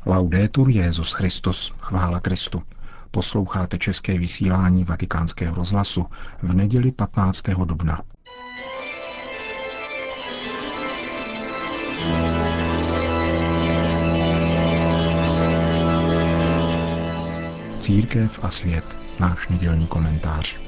Laudetur Jesus Christus, chvála Kristu. Posloucháte české vysílání Vatikánského rozhlasu v neděli 15. dubna. Církev a svět, náš nedělní komentář.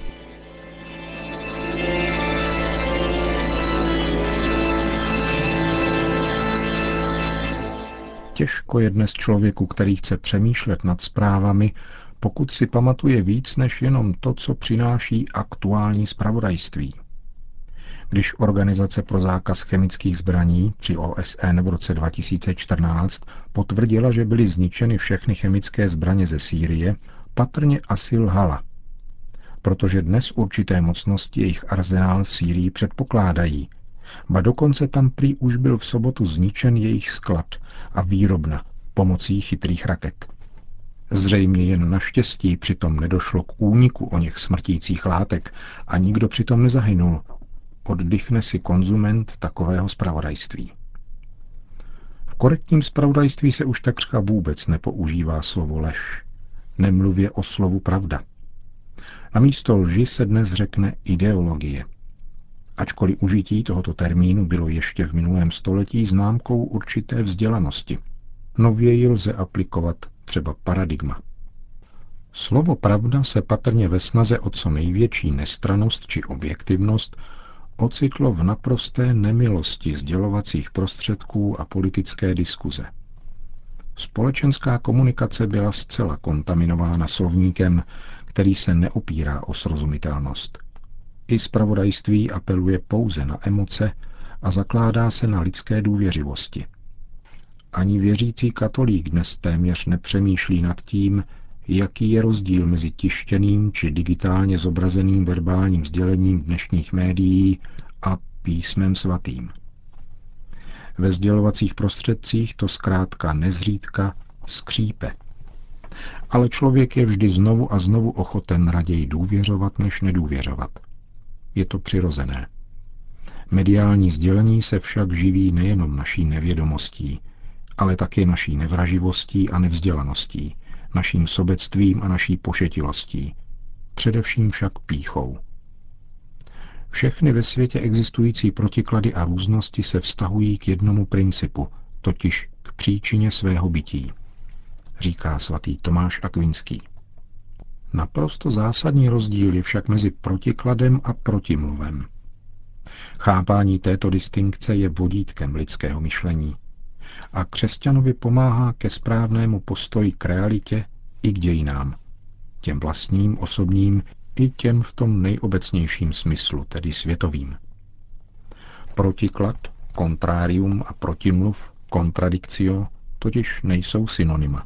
Těžko je dnes člověku, který chce přemýšlet nad zprávami, pokud si pamatuje víc než jenom to, co přináší aktuální zpravodajství. Když Organizace pro zákaz chemických zbraní při OSN v roce 2014 potvrdila, že byly zničeny všechny chemické zbraně ze Sýrie, patrně asi lhala. Protože dnes určité mocnosti jejich arzenál v Sýrii předpokládají, ba dokonce tam prý už byl v sobotu zničen jejich sklad a výrobna pomocí chytrých raket. Zřejmě jen naštěstí přitom nedošlo k úniku oněch smrtících látek a nikdo přitom nezahynul. Oddychne si konzument takového zpravodajství. V korektním zpravodajství se už takřka vůbec nepoužívá slovo lež, nemluvě o slovu pravda. Namísto lži se dnes řekne ideologie. Ačkoliv užití tohoto termínu bylo ještě v minulém století známkou určité vzdělanosti. Nověji lze aplikovat třeba paradigma. Slovo pravda se patrně ve snaze o co největší nestrannost či objektivnost ocitlo v naprosté nemilosti sdělovacích prostředků a politické diskuze. Společenská komunikace byla zcela kontaminována slovníkem, který se neopírá o srozumitelnost. I zpravodajství apeluje pouze na emoce a zakládá se na lidské důvěřivosti. Ani věřící katolík dnes téměř nepřemýšlí nad tím, jaký je rozdíl mezi tištěným či digitálně zobrazeným verbálním sdělením dnešních médií a písmem svatým. Ve sdělovacích prostředcích to zkrátka nezřídka skřípe. Ale člověk je vždy znovu a znovu ochoten raději důvěřovat, než nedůvěřovat. Je to přirozené. Mediální sdělení se však živí nejenom naší nevědomostí, ale také naší nevraživostí a nevzdělaností, naším sobectvím a naší pošetilostí, především však pýchou. Všechny ve světě existující protiklady a různosti se vztahují k jednomu principu, totiž k příčině svého bytí, říká svatý Tomáš Akvinský. Naprosto zásadní rozdíl je však mezi protikladem a protimluvem. Chápání této distinkce je vodítkem lidského myšlení a křesťanovi pomáhá ke správnému postoji k realitě i k dějinám, těm vlastním, osobním i těm v tom nejobecnějším smyslu, tedy světovým. Protiklad, kontrárium a protimluv, kontradikcio, totiž nejsou synonyma.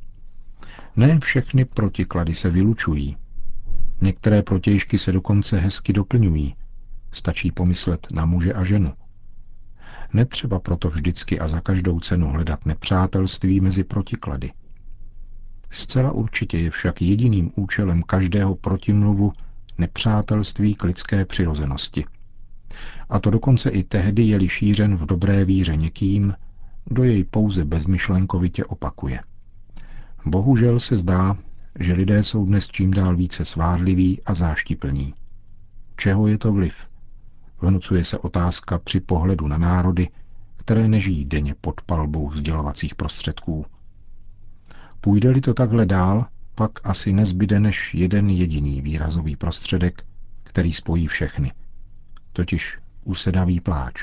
Ne všechny protiklady se vylučují. Některé protějšky se dokonce hezky doplňují. Stačí pomyslet na muže a ženu. Netřeba proto vždycky a za každou cenu hledat nepřátelství mezi protiklady. Zcela určitě je však jediným účelem každého protimluvu nepřátelství k lidské přirozenosti. A to dokonce i tehdy, je-li šířen v dobré víře někým, kdo jej pouze bezmyšlenkovitě opakuje. Bohužel se zdá, že lidé jsou dnes čím dál více svárliví a záštiplní. Čeho je to vliv? Vnucuje se otázka při pohledu na národy, které nežijí denně pod palbou sdělovacích prostředků. Půjde-li to takhle dál, pak asi nezbyde než jeden jediný výrazový prostředek, který spojí všechny. Totiž usedavý pláč.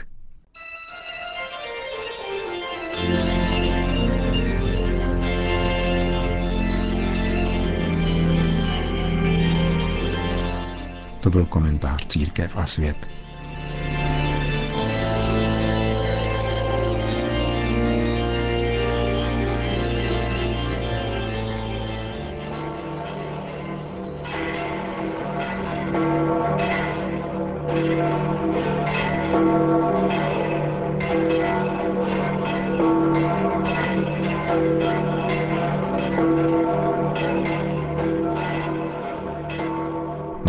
To byl komentář Církev a svět.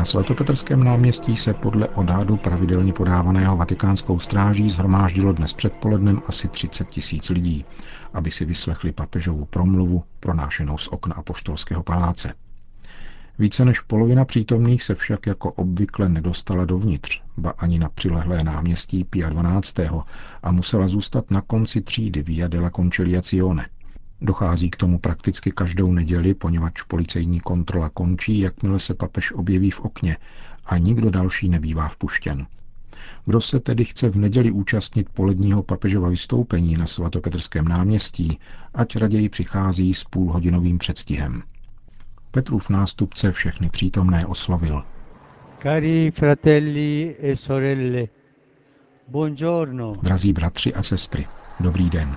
svatopetrském náměstí se podle odhadu pravidelně podávaného Vatikánskou stráží shromáždilo dnes předpolednem asi 30 000 lidí, aby si vyslechli papežovu promluvu pronášenou z okna apoštolského paláce. Více než polovina přítomných se však jako obvykle nedostala dovnitř, ba ani na přilehlé náměstí Pia XII. A musela zůstat na konci třídy Via della Conciliazione. Dochází k tomu prakticky každou neděli, poněvadž policejní kontrola končí, jakmile se papež objeví v okně a nikdo další nebývá vpuštěn. Kdo se tedy chce v neděli účastnit poledního papežova vystoupení na svatopetrském náměstí, ať raději přichází s půlhodinovým předstihem. Petrův nástupce všechny přítomné oslovil. Cari fratelli e sorelle, buongiorno. Drazí bratři a sestry, dobrý den.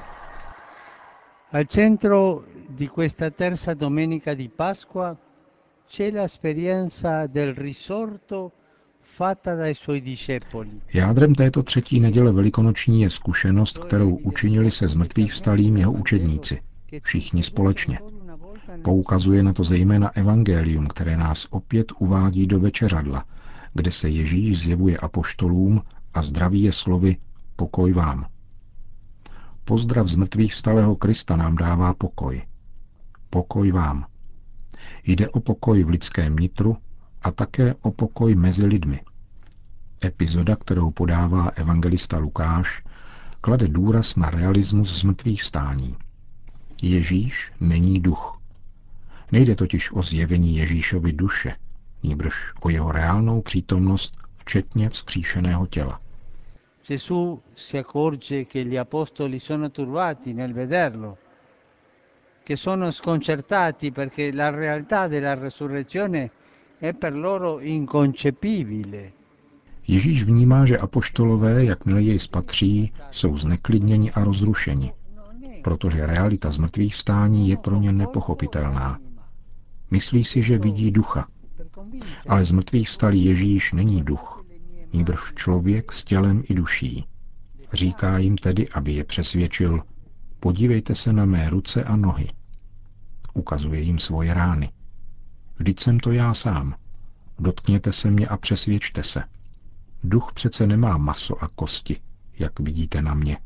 Al centro di questa terza domenica di Pasqua c'è l'esperienza del risorto fatta dai suoi discepoli. Jádrem této třetí neděle velikonoční je zkušenost, kterou učinili se zmrtvých vstalým jeho učedníci, všichni společně. Poukazuje na to zejména evangelium, které nás opět uvádí do večeřadla, kde se Ježíš zjevuje apoštolům a zdraví je slovy pokoj vám. Pozdrav z mrtvých vstalého Krista nám dává pokoj. Pokoj vám. Jde o pokoj v lidském nitru a také o pokoj mezi lidmi. Epizoda, kterou podává evangelista Lukáš, klade důraz na realismus zmrtvých vstání. Ježíš není duch. Nejde totiž o zjevení Ježíšovy duše, nýbrž o jeho reálnou přítomnost, včetně vzkříšeného těla. Gesù si accorge che gli apostoli sono turbati nel vederlo, che sono sconcertati perché la realtà della resurrezione è per loro inconcepibile. Ježíš vnímá, že apoštolové, jakmile jej spatří, jsou zneklidněni a rozrušeni, protože realita zmrtvých vstání je pro ně nepochopitelná. Myslí si, že vidí ducha, ale zmrtvých vstalý Ježíš není duch, nýbrž člověk s tělem i duší. Říká jim tedy, aby je přesvědčil, podívejte se na mé ruce a nohy. Ukazuje jim svoje rány. Vždyť jsem to já sám. Dotkněte se mě a přesvědčte se. Duch přece nemá maso a kosti, jak vidíte na mě.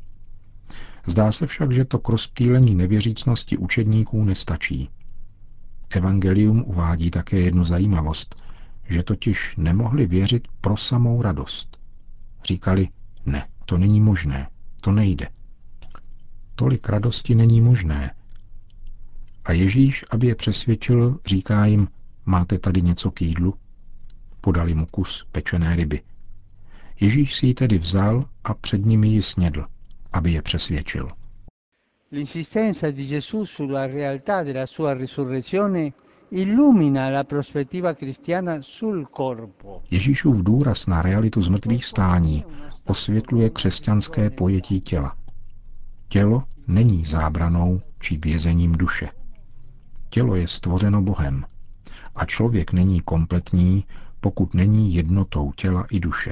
Zdá se však, že to k rozptýlení nevěřícnosti učedníků nestačí. Evangelium uvádí také jednu zajímavost, že totiž nemohli věřit pro samou radost. Říkali, ne, to není možné, to nejde. Tolik radosti není možné. A Ježíš, aby je přesvědčil, říká jim, máte tady něco k jídlu? Podali mu kus pečené ryby. Ježíš si ji tedy vzal a před nimi ji snědl, aby je přesvědčil. L'insistenza di Gesù sulla realtà della sua risurrezione illumina la prospettiva cristiana sul corpo. Ježíšův důraz na realitu zmrtvých vstání osvětluje křesťanské pojetí těla. Tělo není zábranou či vězením duše. Tělo je stvořeno Bohem a člověk není kompletní, pokud není jednotou těla i duše.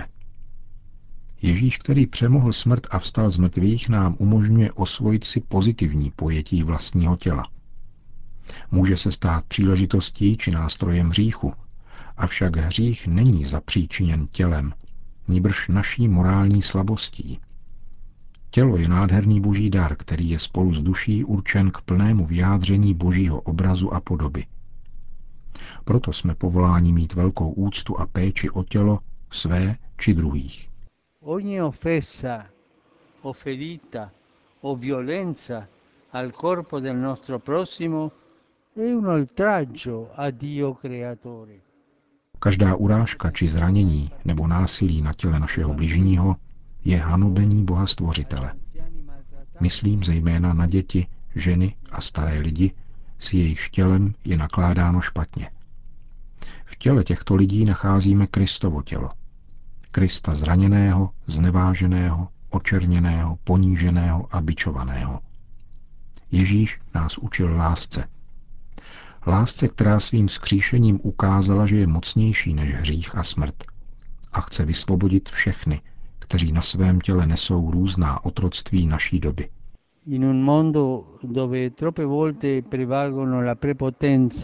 Ježíš, který přemohl smrt a vstal z mrtvých, nám umožňuje osvojit si pozitivní pojetí vlastního těla. Může se stát příležitostí či nástrojem hříchu, avšak hřích není zapříčiněn tělem, nýbrž naší morální slabostí. Tělo je nádherný boží dar, který je spolu s duší určen k plnému vyjádření božího obrazu a podoby. Proto jsme povoláni mít velkou úctu a péči o tělo své či druhých. Ogni offesa o ferita o violenza al corpo del nostro prossimo è un oltraggio a Dio creatore. Každá urážka či zranění nebo násilí na těle našeho bližního je hanobení Boha Stvořitele. Myslím zejména na děti, ženy a staré lidi, s jejichž tělem je nakládáno špatně. V těle těchto lidí nacházíme Kristovo tělo. Krista zraněného, zneváženého, očerněného, poníženého a bičovaného. Ježíš nás učil lásce. Lásce, která svým vzkříšením ukázala, že je mocnější než hřích a smrt a chce vysvobodit všechny, kteří na svém těle nesou různá otroctví naší doby. In un mondo dove troppe volte prevalgono la prepotenza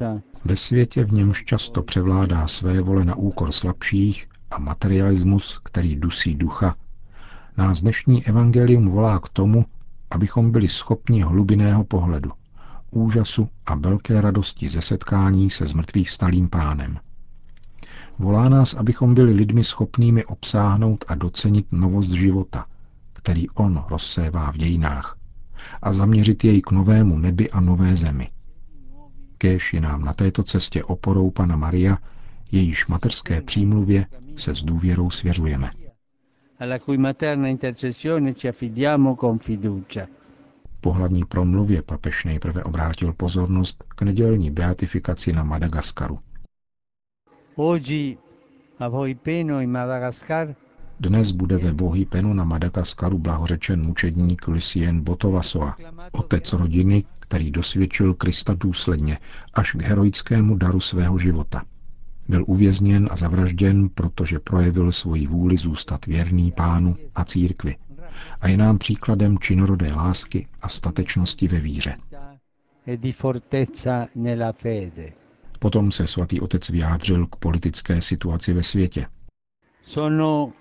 Ve světě, v němž často převládá své vole na úkor slabších a materialismus, který dusí ducha, nás dnešní evangelium volá k tomu, abychom byli schopni hlubinného pohledu, úžasu a velké radosti ze setkání se zmrtvých vstalým Pánem. Volá nás, abychom byli lidmi schopnými obsáhnout a docenit novost života, který on rozsévá v dějinách, a zaměřit jej k novému nebi a nové zemi. Kéž je nám na této cestě oporou Panna Maria, jejíž materské přímluvě se s důvěrou svěřujeme. Alla cui materna intercessione ci affidiamo con fiducia. Po hlavní promluvě papež nejprve obrátil pozornost k nedělní beatifikaci na Madagaskaru. Oggi a Voipeno in Madagascar Dnes bude ve Vohipenu na Madagaskaru blahořečen mučedník Lucien Botovasoa, otec rodiny, který dosvědčil Krista důsledně až k heroickému daru svého života. Byl uvězněn a zavražděn, protože projevil svoji vůli zůstat věrný Pánu a církvi a je nám příkladem činorodé lásky a statečnosti ve víře. e di fortezza nella fede. Potom se svatý otec vyjádřil k politické situaci ve světě. Sono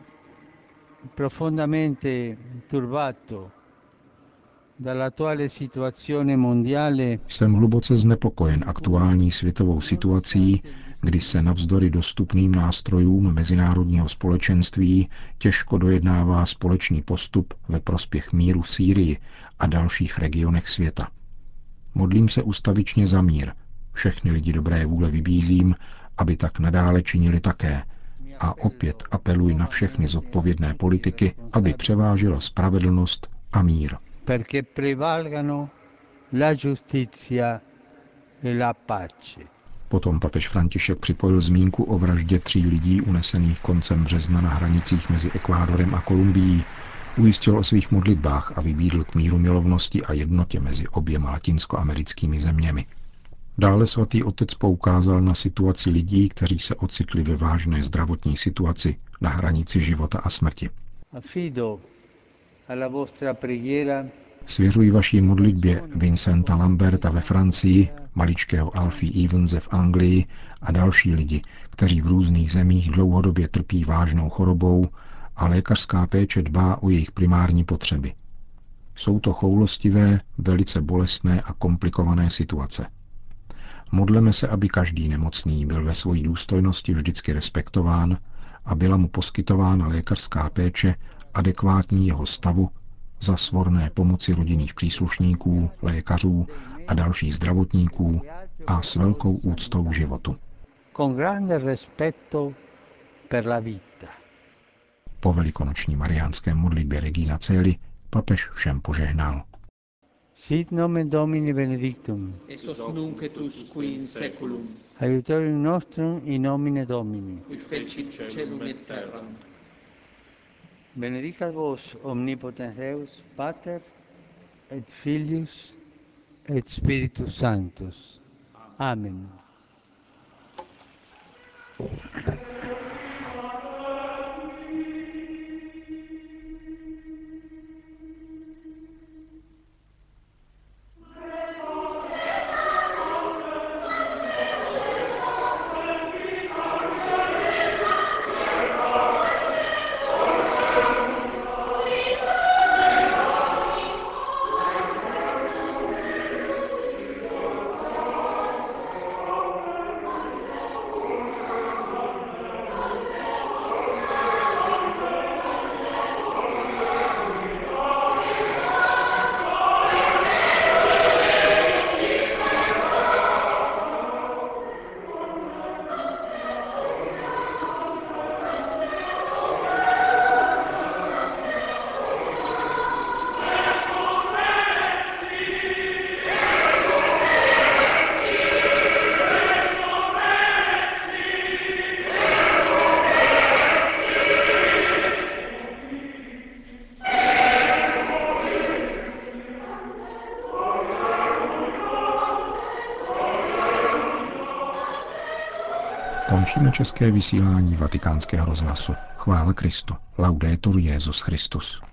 profondamente turbato dall'attuale situazione mondiale. Jsem hluboce znepokojen aktuální světovou situací, kdy se navzdory dostupným nástrojům mezinárodního společenství těžko dojednává společný postup ve prospěch míru v Sýrii a dalších regionech světa. Modlím se ustavičně za mír. Všechny lidi dobré vůle vybízím, aby tak nadále činili také. A opět apeluji na všechny zodpovědné politiky, aby převážila spravedlnost a mír. Perché prevalgano la giustizia e la pace. Potom papež František připojil zmínku o vraždě 3 lidí unesených koncem března na hranicích mezi Ekvádorem a Kolumbií, ujistil o svých modlitbách a vybídl k míru milovnosti a jednotě mezi oběma latinskoamerickými zeměmi. Dále svatý otec poukázal na situaci lidí, kteří se ocitli ve vážné zdravotní situaci na hranici života a smrti. Affido alla vostra preghiera Svěřuji vaší modlitbě Vincenta Lamberta ve Francii, maličkého Alfie Evanse v Anglii a další lidi, kteří v různých zemích dlouhodobě trpí vážnou chorobou a lékařská péče dbá o jejich primární potřeby. Jsou to choulostivé, velice bolestné a komplikované situace. Modleme se, aby každý nemocný byl ve své důstojnosti vždycky respektován a byla mu poskytována lékařská péče adekvátní jeho stavu za svorné pomoci rodinných příslušníků, lékařů a dalších zdravotníků a s velkou úctou k životu. con grande rispetto per la vita. Po velikonoční mariánské modlitbě Regina Coeli papež všem požehnal. Sit nomen Domini benedictum. Esos nunc et usque in seculum, Aiutorium nostrum in nomine Domini. qui fecit celum et terram. Benedicat vos omnipotens Deus, Pater et Filius et Spiritus Sanctus. Amen. Končíme české vysílání Vatikánského rozhlasu. Chvála Kristu. Laudetur Jesus Christus.